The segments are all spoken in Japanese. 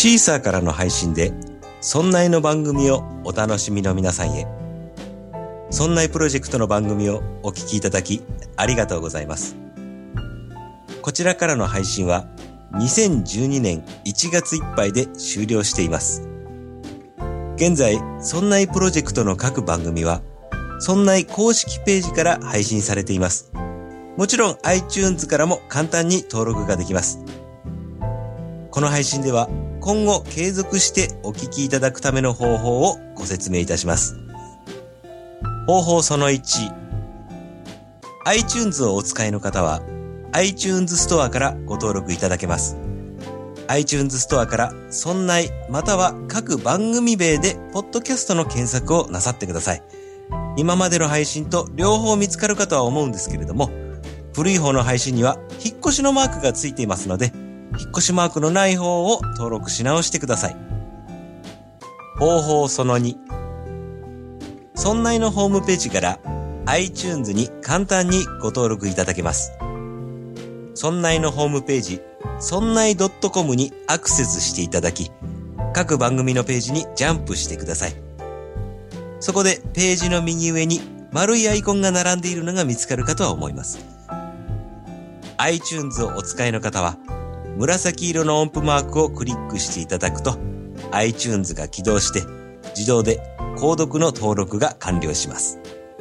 シーサーからの配信で、そんないの番組をお楽しみの皆さんへ。そんないプロジェクトの番組をお聞きいただき、ありがとうございます。こちらからの配信は、2012年1月いっぱいで終了しています。現在、そんないプロジェクトの各番組は、そんない公式ページから配信されています。もちろん iTunes からも簡単に登録ができます。この配信では今後継続してお聞きいただくための方法をご説明いたします。方法その1、iTunes をお使いの方は iTunes ストアからご登録いただけます。iTunes ストアからそんないまたは各番組名でポッドキャストの検索をなさってください。今までの配信と両方見つかるかとは思うんですけれども、古い方の配信には引っ越しのマークがついていますので、引っ越しマークのない方を登録し直してください。方法その2、そんないのホームページから iTunes に簡単にご登録いただけます。そんないのホームページ、そんない .com にアクセスしていただき、各番組のページにジャンプしてください。そこでページの右上に丸いアイコンが並んでいるのが見つかるかとは思います。iTunes をお使いの方は、紫色の音符マークをクリックしていただくと iTunes が起動して自動で購読の登録が完了します。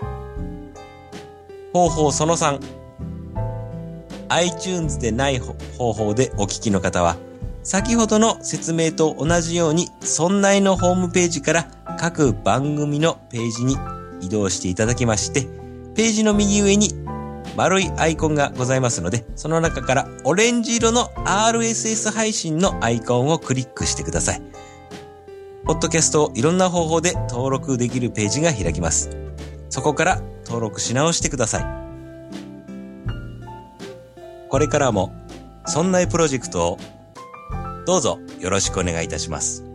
方法その3、iTunes でない方法でお聞きの方は先ほどの説明と同じようにそんないのホームページから各番組のページに移動していただきまして、ページの右上に丸いアイコンがございますので、その中からオレンジ色の RSS 配信のアイコンをクリックしてください。ポッドキャストをいろんな方法で登録できるページが開きます。そこから登録し直してください。これからもそんないプロジェクトをどうぞよろしくお願いいたします。